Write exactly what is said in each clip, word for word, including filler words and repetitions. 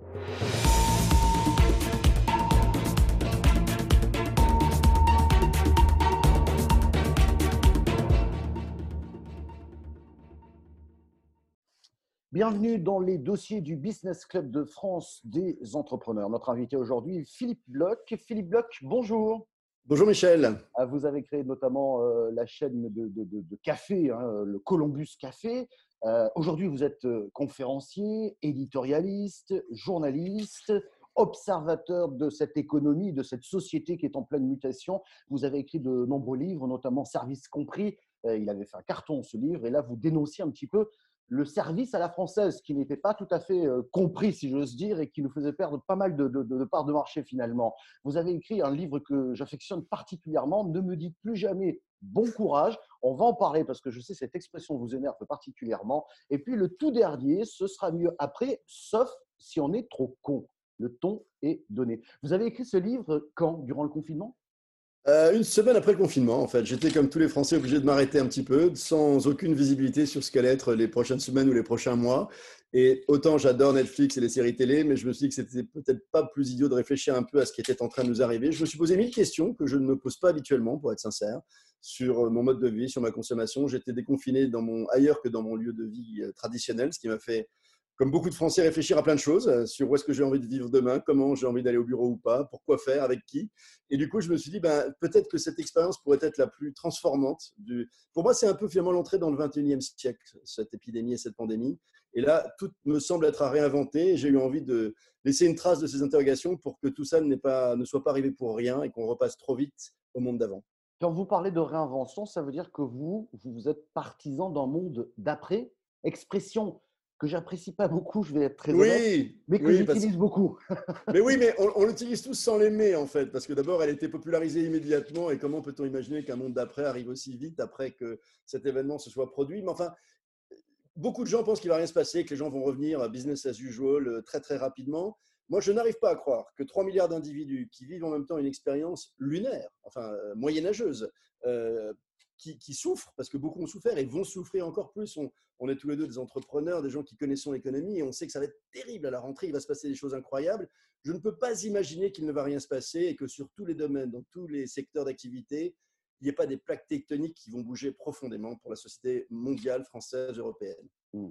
Bienvenue dans les dossiers du Business Club de France des entrepreneurs. Notre invité aujourd'hui, Philippe Bloch. Philippe Bloch, bonjour. Bonjour Michel. Vous avez créé notamment euh, la chaîne de, de, de, de café, hein, le Columbus Café. Euh, aujourd'hui, vous êtes conférencier, éditorialiste, journaliste, observateur de cette économie, de cette société qui est en pleine mutation. Vous avez écrit de nombreux livres, notamment Service compris. Euh, il avait fait un carton, ce livre. Et là, vous dénonciez un petit peu le service à la française, qui n'était pas tout à fait euh, compris, si j'ose dire, et qui nous faisait perdre pas mal de, de, de parts de marché finalement. Vous avez écrit un livre que j'affectionne particulièrement, Ne me dites plus jamais bon courage. On va en parler parce que je sais cette expression vous énerve particulièrement. Et puis le tout dernier, ce sera mieux après, sauf si on est trop con. Le ton est donné. Vous avez écrit ce livre quand? Durant le confinement? Euh, une semaine après le confinement, en fait, j'étais comme tous les Français obligé de m'arrêter un petit peu, sans aucune visibilité sur ce qu'allaient être les prochaines semaines ou les prochains mois. Et autant j'adore Netflix et les séries télé, mais je me suis dit que c'était peut-être pas plus idiot de réfléchir un peu à ce qui était en train de nous arriver. Je me suis posé mille questions que je ne me pose pas habituellement, pour être sincère, sur mon mode de vie, sur ma consommation. J'étais déconfiné dans mon, ailleurs que dans mon lieu de vie traditionnel, ce qui m'a fait, comme beaucoup de Français, réfléchir à plein de choses, sur où est-ce que j'ai envie de vivre demain, comment j'ai envie d'aller au bureau ou pas, pourquoi faire, avec qui. Et du coup, je me suis dit, ben, peut-être que cette expérience pourrait être la plus transformante. Du... Pour moi, c'est un peu finalement l'entrée dans le vingt et unième siècle, cette épidémie et cette pandémie. Et là, tout me semble être à réinventer. J'ai eu envie de laisser une trace de ces interrogations pour que tout ça n'est pas, ne soit pas arrivé pour rien et qu'on repasse trop vite au monde d'avant. Quand vous parlez de réinvention, ça veut dire que vous, vous êtes partisan d'un monde d'après, expression que j'apprécie pas beaucoup, je vais être très oui, honnête, mais que oui, j'utilise parce... beaucoup. Mais oui, mais on, on l'utilise tous sans l'aimer, en fait, parce que d'abord, elle a été popularisée immédiatement, et comment peut-on imaginer qu'un monde d'après arrive aussi vite après que cet événement se soit produit? Mais enfin, beaucoup de gens pensent qu'il ne va rien se passer, que les gens vont revenir à business as usual très, très rapidement. Moi, je n'arrive pas à croire que trois milliards d'individus qui vivent en même temps une expérience lunaire, enfin, euh, moyenâgeuse, euh, Qui, qui souffrent, parce que beaucoup ont souffert et vont souffrir encore plus. On, on est tous les deux des entrepreneurs, des gens qui connaissent l'économie et on sait que ça va être terrible à la rentrée, il va se passer des choses incroyables. Je ne peux pas imaginer qu'il ne va rien se passer et que sur tous les domaines, dans tous les secteurs d'activité, il n'y ait pas des plaques tectoniques qui vont bouger profondément pour la société mondiale, française, européenne.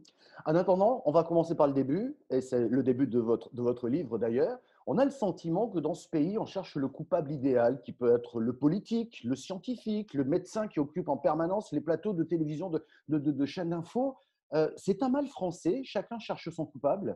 En attendant, on va commencer par le début, et c'est le début de votre, de votre livre d'ailleurs. On a le sentiment que dans ce pays, on cherche le coupable idéal, qui peut être le politique, le scientifique, le médecin qui occupe en permanence les plateaux de télévision de, de, de, de chaînes d'infos. Euh, c'est un mal français, chacun cherche son coupable.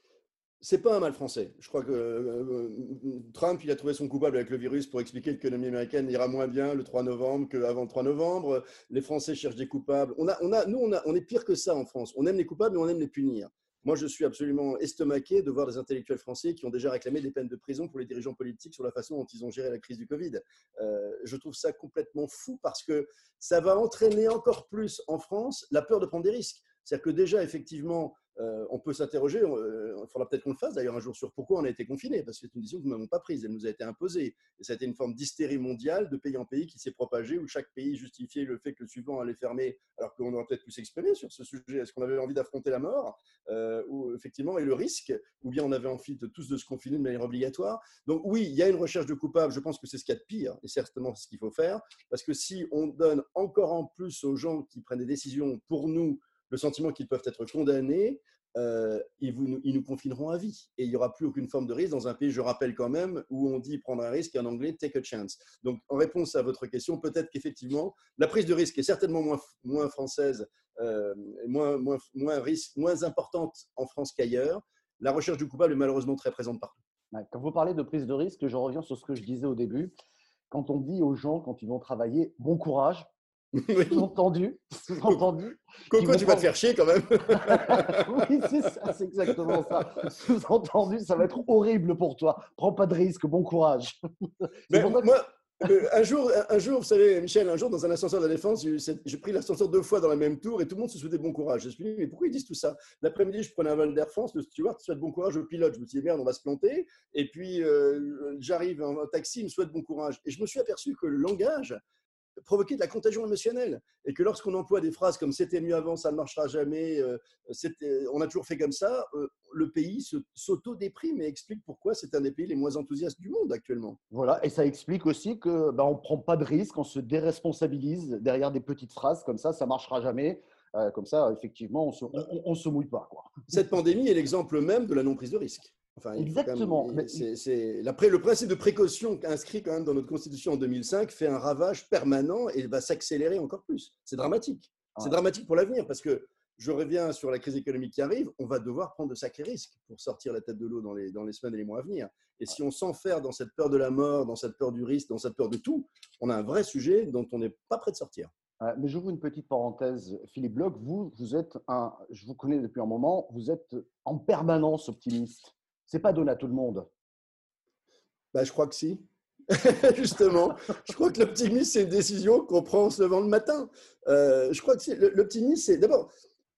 C'est pas un mal français. Je crois que euh, Trump, il a trouvé son coupable avec le virus pour expliquer que l'économie américaine ira moins bien le trois novembre qu'avant le trois novembre. Les Français cherchent des coupables. On a, on a, nous, on, a, on est pire que ça en France. On aime les coupables, mais on aime les punir. Moi, je suis absolument estomaqué de voir des intellectuels français qui ont déjà réclamé des peines de prison pour les dirigeants politiques sur la façon dont ils ont géré la crise du Covid. Euh, je trouve ça complètement fou parce que ça va entraîner encore plus en France la peur de prendre des risques. C'est-à-dire que déjà, effectivement, euh, on peut s'interroger, il faudra peut-être qu'on le fasse d'ailleurs un jour, sur pourquoi on a été confiné, parce que c'est une décision que nous n'avons pas prise, elle nous a été imposée. Et ça a été une forme d'hystérie mondiale de pays en pays qui s'est propagée, où chaque pays justifiait le fait que le suivant allait fermer, alors qu'on aurait peut-être pu s'exprimer sur ce sujet. Est-ce qu'on avait envie d'affronter la mort, euh, ou, effectivement, et le risque, ou bien on avait envie de tous de se confiner de manière obligatoire. Donc oui, il y a une recherche de coupables, je pense que c'est ce qu'il y a de pire, et certainement c'est ce qu'il faut faire, parce que si on donne encore en plus aux gens qui prennent des décisions pour nous, le sentiment qu'ils peuvent être condamnés, euh, ils, vous, ils nous confineront à vie. Et il n'y aura plus aucune forme de risque dans un pays, je rappelle quand même, où on dit prendre un risque et en anglais take a chance. Donc, en réponse à votre question, peut-être qu'effectivement, la prise de risque est certainement moins, moins française, euh, moins, moins, moins, risque, moins importante en France qu'ailleurs. La recherche du coupable est malheureusement très présente partout. Quand vous parlez de prise de risque, je reviens sur ce que je disais au début. Quand on dit aux gens, quand ils vont travailler, bon courage, Oui. Sous-entendu, sous-entendu. Coco, tu vas te faire chier quand même. Oui, c'est ça, c'est exactement ça. Sous-entendu, ça va être horrible pour toi. Prends pas de risque, bon courage. Mais moi, que... un, jour, un jour, vous savez, Michel, un jour dans un ascenseur de la Défense, j'ai pris l'ascenseur deux fois dans la même tour et tout le monde se souhaitait bon courage. Je me suis dit, mais pourquoi ils disent tout ça? L'après-midi, je prenais un vol d'Air France, le steward souhaite bon courage au pilote. Je me suis dit, merde, on va se planter. Et puis, euh, j'arrive en taxi, il me souhaite bon courage. Et je me suis aperçu que le langage provoquer de la contagion émotionnelle. Et que lorsqu'on emploie des phrases comme c'était mieux avant, ça ne marchera jamais, euh, on a toujours fait comme ça, euh, le pays s'auto-déprime et explique pourquoi c'est un des pays les moins enthousiastes du monde actuellement. Voilà, et ça explique aussi que ben, on ne prend pas de risque, on se déresponsabilise derrière des petites phrases comme ça, ça ne marchera jamais. Euh, comme ça, effectivement, on ne se, se mouille pas, quoi. Cette pandémie est l'exemple même de la non-prise de risque. Enfin, il faut Exactement. quand même, c'est, c'est, le principe de précaution inscrit quand même dans notre Constitution en deux mille cinq fait un ravage permanent et va s'accélérer encore plus. C'est dramatique. Ouais. C'est dramatique pour l'avenir parce que, je reviens sur la crise économique qui arrive, on va devoir prendre de sacrés risques pour sortir la tête de l'eau dans les, dans les semaines et les mois à venir. Et si on s'enferme dans cette peur de la mort, dans cette peur du risque, dans cette peur de tout, on a un vrai sujet dont on n'est pas prêt de sortir. Mais j'ouvre une petite parenthèse. Philippe Bloch, vous, vous êtes un, je vous connais depuis un moment, vous êtes en permanence optimiste. Ce n'est pas donné à tout le monde. Ben, je crois que si. Justement, je crois que l'optimisme, c'est une décision qu'on prend en se levant le matin. Euh, je crois que c'est, l'optimisme, c'est d'abord,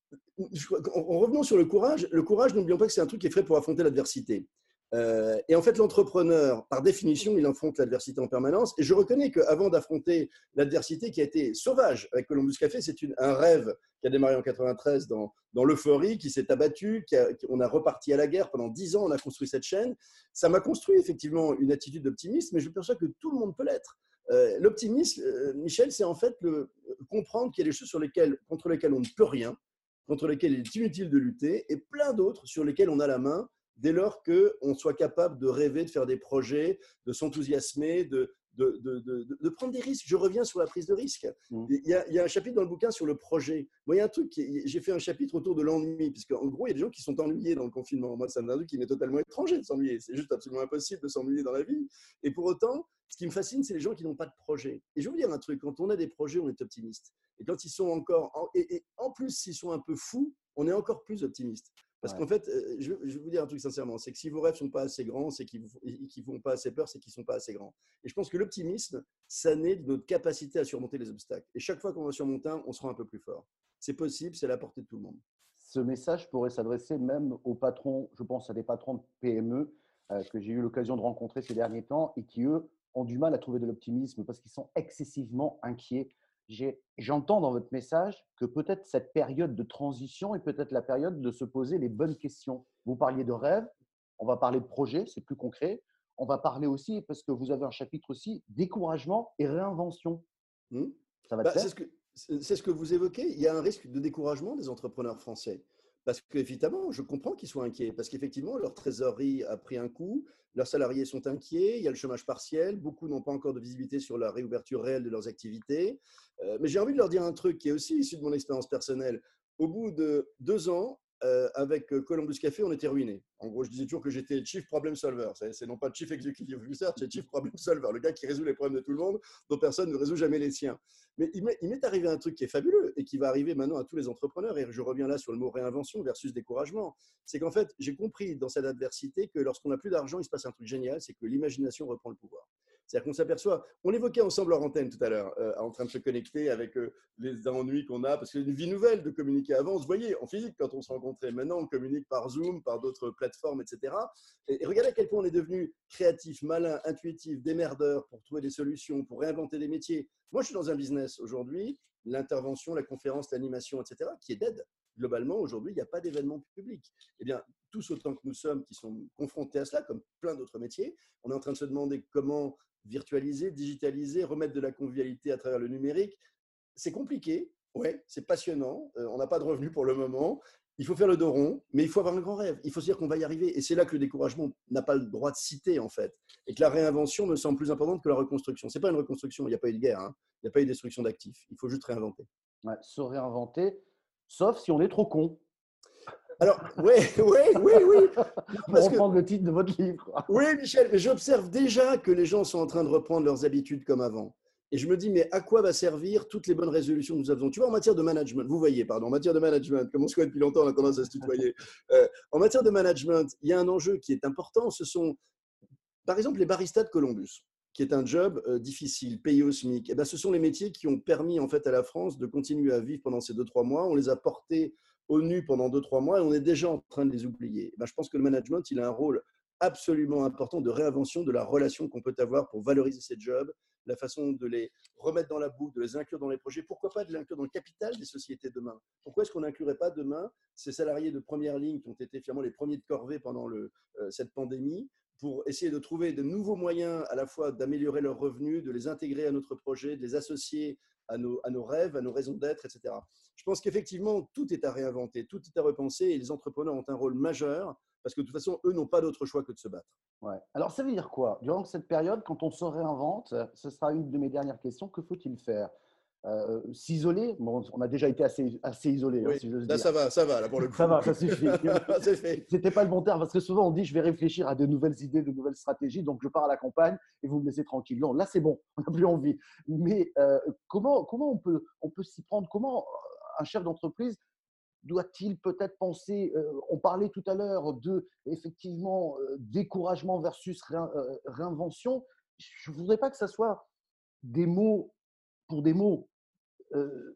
en revenant sur le courage, le courage, n'oublions pas que c'est un truc qui est fait pour affronter l'adversité. Euh, et en fait, l'entrepreneur, par définition, il affronte l'adversité en permanence. Et je reconnais qu'avant d'affronter l'adversité qui a été sauvage avec Columbus Café, c'est une, un rêve qui a démarré en quatre-vingt-treize dans, dans l'euphorie, qui s'est abattu, qui a, on a reparti à la guerre pendant dix ans, on a construit cette chaîne. Ça m'a construit effectivement une attitude d'optimisme, mais je perçois que tout le monde peut l'être. Euh, l'optimisme, euh, Michel, c'est en fait le, comprendre qu'il y a des choses sur lesquelles, contre lesquelles on ne peut rien, contre lesquelles il est inutile de lutter, et plein d'autres sur lesquelles on a la main, dès lors qu'on soit capable de rêver, de faire des projets, de s'enthousiasmer, de, de, de, de, de prendre des risques. Je reviens sur la prise de risque. Mmh. Il, y a, il y a un chapitre dans le bouquin sur le projet. Moi, il y a un truc, qui, j'ai fait un chapitre autour de l'ennui, parce qu'en gros, il y a des gens qui sont ennuyés dans le confinement. Moi, ça me truc qui m'est totalement étranger de s'ennuyer. C'est juste absolument impossible de s'ennuyer dans la vie. Et pour autant, ce qui me fascine, c'est les gens qui n'ont pas de projet. Et je vais vous dire un truc, quand on a des projets, on est optimiste. Et quand ils sont encore… En, et, et en plus, s'ils sont un peu fous, on est encore plus optimiste. Parce ouais. qu'en fait, je vais vous dire un truc sincèrement, c'est que si vos rêves ne sont pas assez grands, c'est qu'ils ne font pas assez peur, c'est qu'ils ne sont pas assez grands. Et je pense que l'optimisme, ça naît de notre capacité à surmonter les obstacles. Et chaque fois qu'on va surmonter un, on sera un peu plus fort. C'est possible, c'est à la portée de tout le monde. Ce message pourrait s'adresser même aux patrons, je pense à des patrons de P M E euh, que j'ai eu l'occasion de rencontrer ces derniers temps et qui, eux, ont du mal à trouver de l'optimisme parce qu'ils sont excessivement inquiets. J'entends dans votre message que peut-être cette période de transition est peut-être la période de se poser les bonnes questions. Vous parliez de rêve, on va parler de projet, c'est plus concret. On va parler aussi, parce que vous avez un chapitre aussi, découragement et réinvention. Mmh. Ça va bah, te faire c'est, ce que, c'est ce que vous évoquez. Il y a un risque de découragement des entrepreneurs français. Parce qu'évidemment, je comprends qu'ils soient inquiets. Parce qu'effectivement, leur trésorerie a pris un coup, leurs salariés sont inquiets, il y a le chômage partiel, beaucoup n'ont pas encore de visibilité sur la réouverture réelle de leurs activités. Euh, mais j'ai envie de leur dire un truc qui est aussi issu de mon expérience personnelle. Au bout de deux ans, euh, avec Columbus Café, on était ruinés. En gros, je disais toujours que j'étais Chief Problem Solver. C'est, c'est non pas Chief Executive Officer, c'est Chief Problem Solver, le gars qui résout les problèmes de tout le monde, dont personne ne résout jamais les siens. Mais il m'est, il m'est arrivé un truc qui est fabuleux et qui va arriver maintenant à tous les entrepreneurs. Et je reviens là sur le mot réinvention versus découragement. C'est qu'en fait, j'ai compris dans cette adversité que lorsqu'on n'a plus d'argent, il se passe un truc génial, c'est que l'imagination reprend le pouvoir. C'est-à-dire qu'on s'aperçoit, on l'évoquait ensemble en antenne tout à l'heure, euh, en train de se connecter avec euh, les ennuis qu'on a, parce que c'est une vie nouvelle de communiquer avant. On se voyait en physique quand on se rencontrait. Maintenant, on communique par Zoom, par d'autres plateformes, et cetera. Et, et regardez à quel point on est devenu créatif, malin, intuitif, démerdeur pour trouver des solutions, pour réinventer des métiers. Moi, je suis dans un business aujourd'hui, l'intervention, la conférence, l'animation, et cetera, qui est dead. Globalement, aujourd'hui, il n'y a pas d'événement public. Eh bien, tous autant que nous sommes qui sont confrontés à cela, comme plein d'autres métiers, on est en train de se demander comment virtualiser, digitaliser, remettre de la convivialité à travers le numérique. C'est compliqué, ouais, c'est passionnant, euh, on n'a pas de revenus pour le moment, il faut faire le dos rond, mais il faut avoir un grand rêve, il faut se dire qu'on va y arriver. Et c'est là que le découragement n'a pas le droit de citer, en fait. Et que la réinvention me semble plus importante que la reconstruction. Ce n'est pas une reconstruction, il n'y a pas eu de guerre, hein. Il n'y a pas eu de destruction d'actifs, il faut juste réinventer. Ouais, se réinventer, sauf si on est trop con. Alors, oui, oui, oui, oui. Pour reprendre que, le titre de votre livre. Oui, Michel, mais j'observe déjà que les gens sont en train de reprendre leurs habitudes comme avant. Et je me dis, mais à quoi va servir toutes les bonnes résolutions que nous avons? Tu vois, en matière de management, vous voyez, pardon, en matière de management, comme on se connaît depuis longtemps, on a tendance à se tutoyer. Euh, en matière de management, il y a un enjeu qui est important. Ce sont, par exemple, les baristas de Columbus, qui est un job euh, difficile, payé au SMIC. Et ben, ce sont les métiers qui ont permis en fait à la France de continuer à vivre pendant ces deux, trois mois. On les a portés au nu pendant deux, trois mois et on est déjà en train de les oublier. Ben, je pense que le management, il a un rôle absolument important de réinvention de la relation qu'on peut avoir pour valoriser ces jobs la façon de les remettre dans la boucle, de les inclure dans les projets. Pourquoi pas de l'inclure dans le capital des sociétés demain? Pourquoi est-ce qu'on n'inclurait pas demain ces salariés de première ligne qui ont été finalement les premiers de corvée pendant le, euh, cette pandémie, pour essayer de trouver de nouveaux moyens à la fois d'améliorer leurs revenus, de les intégrer à notre projet, de les associer à nos, à nos rêves, à nos raisons d'être, et cetera. Je pense qu'effectivement, tout est à réinventer, tout est à repenser et les entrepreneurs ont un rôle majeur parce que de toute façon, eux n'ont pas d'autre choix que de se battre. Ouais. Alors, ça veut dire quoi? Durant cette période, quand on se réinvente, ce sera une de mes dernières questions, que faut-il faire? Euh, S'isoler? Bon, on a déjà été assez, assez isolé, hein, Oui, si j'ose là dire. ça va, ça va, là pour le coup. Ça va, ça suffit. C'est fait. C'était pas le bon terme parce que souvent on dit je vais réfléchir à de nouvelles idées, de nouvelles stratégies, donc je pars à la campagne et vous me laissez tranquille. Non, là c'est bon, on n'a plus envie. Mais euh, comment, comment on peut, on peut s'y prendre? Comment un chef d'entreprise doit-il peut-être penser, euh, on parlait tout à l'heure de effectivement euh, découragement versus réin- euh, réinvention. Je ne voudrais pas que ça soit des mots pour des mots. Euh,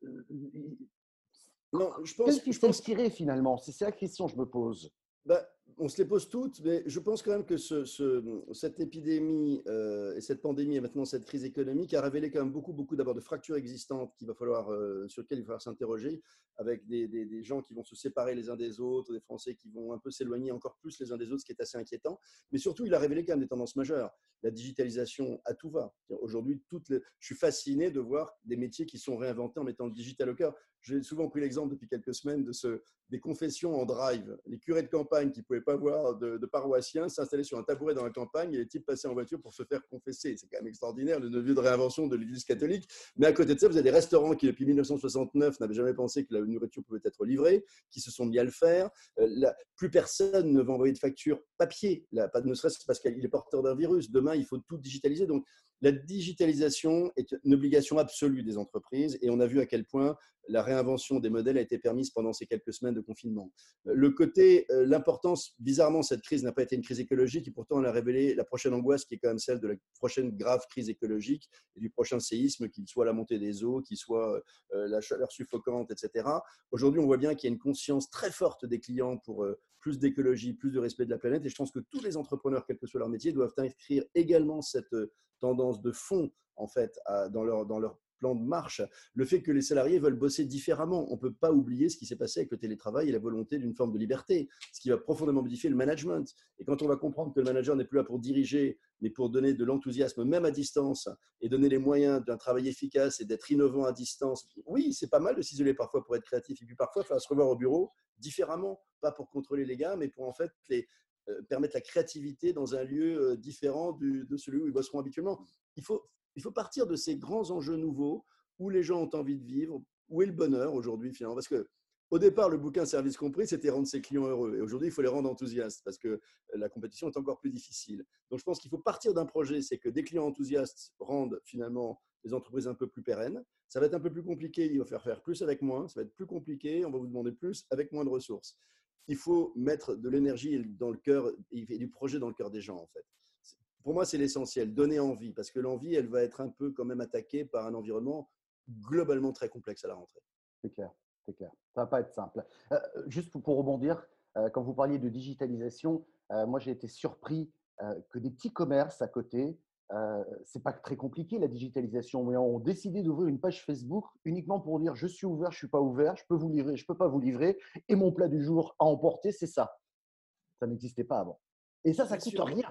Non, je quelle pense, je ficelle pense tirer finalement? C'est la question que je me pose. bah, on se les pose toutes, mais je pense quand même que ce, ce- cette épidémie euh, et cette pandémie et maintenant cette crise économique a révélé quand même beaucoup, beaucoup d'abord de fractures existantes qu'il va falloir, euh, sur lesquelles il va falloir s'interroger, avec des, des- des gens qui vont se séparer les uns des autres, des Français qui vont un peu s'éloigner encore plus les uns des autres, ce qui est assez inquiétant. Mais surtout, il a révélé quand même des tendances majeures. La digitalisation à tout va. Aujourd'hui, toutes les- je suis fasciné de voir des métiers qui sont réinventés en mettant le digital au cœur. J'ai souvent pris l'exemple depuis quelques semaines de ce, des confessions en drive. Les curés de campagne qui ne pouvaient pas voir de, de paroissiens s'installaient sur un tabouret dans la campagne et les types passaient en voiture pour se faire confesser. C'est quand même extraordinaire, le lieu de réinvention de l'Église catholique. Mais à côté de ça, vous avez des restaurants qui, depuis mille neuf cent soixante-neuf, n'avaient jamais pensé que la nourriture pouvait être livrée, qui se sont mis à le faire. Euh, la, plus personne ne va envoyer de facture papier, là, pas, ne serait-ce parce qu'il est porteur d'un virus. Demain, il faut tout digitaliser. Donc, la digitalisation est une obligation absolue des entreprises et on a vu à quel point la réinvention des modèles a été permise pendant ces quelques semaines de confinement. Le côté, euh, l'importance, bizarrement, cette crise n'a pas été une crise écologique et pourtant elle a révélé la prochaine angoisse qui est quand même celle de la prochaine grave crise écologique et du prochain séisme, qu'il soit la montée des eaux, qu'il soit euh, la chaleur suffocante, et cetera. Aujourd'hui, on voit bien qu'il y a une conscience très forte des clients pour euh, plus d'écologie, plus de respect de la planète et je pense que tous les entrepreneurs, quel que soit leur métier, doivent inscrire également cette euh, tendance de fond en fait à, dans leur, dans leur plan de marche, le fait que les salariés veulent bosser différemment. On ne peut pas oublier ce qui s'est passé avec le télétravail et la volonté d'une forme de liberté, ce qui va profondément modifier le management. Et quand on va comprendre que le manager n'est plus là pour diriger, mais pour donner de l'enthousiasme, même à distance, et donner les moyens d'un travail efficace et d'être innovant à distance, oui, c'est pas mal de s'isoler parfois pour être créatif, et puis parfois il faut se revoir au bureau différemment, pas pour contrôler les gars, mais pour en fait les, euh, permettre la créativité dans un lieu euh, différent du, de celui où ils bosseront habituellement. Il faut, il faut partir de ces grands enjeux nouveaux où les gens ont envie de vivre. Où est le bonheur aujourd'hui finalement? Parce que au départ, le bouquin Service compris, c'était rendre ses clients heureux. Et aujourd'hui, il faut les rendre enthousiastes parce que la compétition est encore plus difficile. Donc, je pense qu'il faut partir d'un projet, c'est que des clients enthousiastes rendent finalement les entreprises un peu plus pérennes. Ça va être un peu plus compliqué, il va faire faire plus avec moins. Ça va être plus compliqué, on va vous demander plus avec moins de ressources. Il faut mettre de l'énergie dans le cœur et du projet dans le cœur des gens, en fait. Pour moi, c'est l'essentiel, donner envie, parce que l'envie, elle va être un peu quand même attaquée par un environnement globalement très complexe à la rentrée. C'est clair, c'est clair. Ça va pas être simple. Euh, juste pour, pour rebondir, euh, quand vous parliez de digitalisation, euh, moi j'ai été surpris euh, que des petits commerces à côté, euh, c'est pas très compliqué la digitalisation, mais ont décidé d'ouvrir une page Facebook uniquement pour dire je suis ouvert, je suis pas ouvert, je peux vous livrer, je peux pas vous livrer, et mon plat du jour à emporter, c'est ça. Ça n'existait pas avant. Et ça, ça Bien coûte sûr. rien.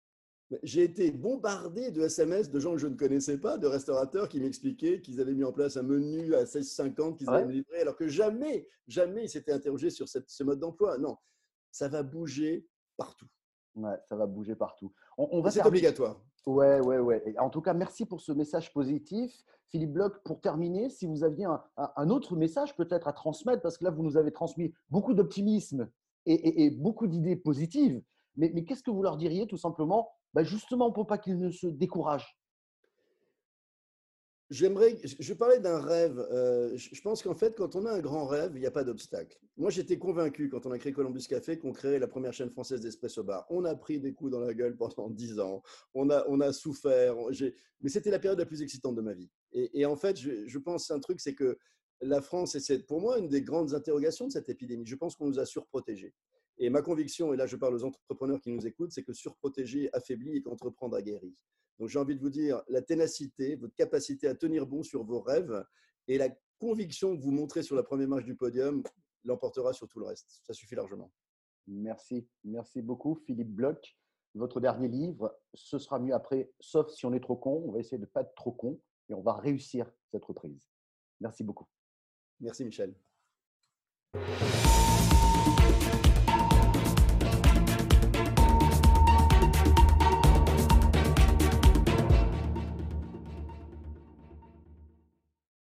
J'ai été bombardé de S M S de gens que je ne connaissais pas, de restaurateurs qui m'expliquaient qu'ils avaient mis en place un menu à seize cinquante qu'ils allaient Ouais, me livrer, alors que jamais, jamais ils s'étaient interrogés sur cette, ce mode d'emploi. Non, ça va bouger partout. ouais, ça va bouger partout. On, on Et va c'est terminer. obligatoire. Ouais, ouais, ouais. Et en tout cas, merci pour ce message positif. Philippe Bloch, pour terminer, si vous aviez un, un- un autre message peut-être à transmettre, parce que là, vous nous avez transmis beaucoup d'optimisme et, et- et beaucoup d'idées positives, mais, mais qu'est-ce que vous leur diriez tout simplement, bah, justement pour pas qu'ils ne se découragent? J'aimerais, je parlais d'un rêve. Euh, je pense qu'en fait, quand on a un grand rêve, il n'y a pas d'obstacle. Moi, j'étais convaincu quand on a créé Columbus Café qu'on créait la première chaîne française d'espresso bar. On a pris des coups dans la gueule pendant dix ans. On a, on a souffert. J'ai- Mais c'était la période la plus excitante de ma vie. Et, et en fait, je, je pense un truc, c'est que la France, et c'est pour moi une des grandes interrogations de cette épidémie. Je pense qu'on nous a surprotégés. Et ma conviction, et là je parle aux entrepreneurs qui nous écoutent, c'est que surprotéger affaiblit et qu'entreprendre aguerrit. Donc j'ai envie de vous dire, la ténacité, votre capacité à tenir bon sur vos rêves et la conviction que vous montrez sur la première marche du podium l'emportera sur tout le reste. Ça suffit largement. Merci, merci beaucoup Philippe Bloch. Votre dernier livre, Ce sera mieux après, sauf si on est trop con. On va essayer de ne pas être trop con et on va réussir cette reprise. Merci beaucoup. Merci Michel.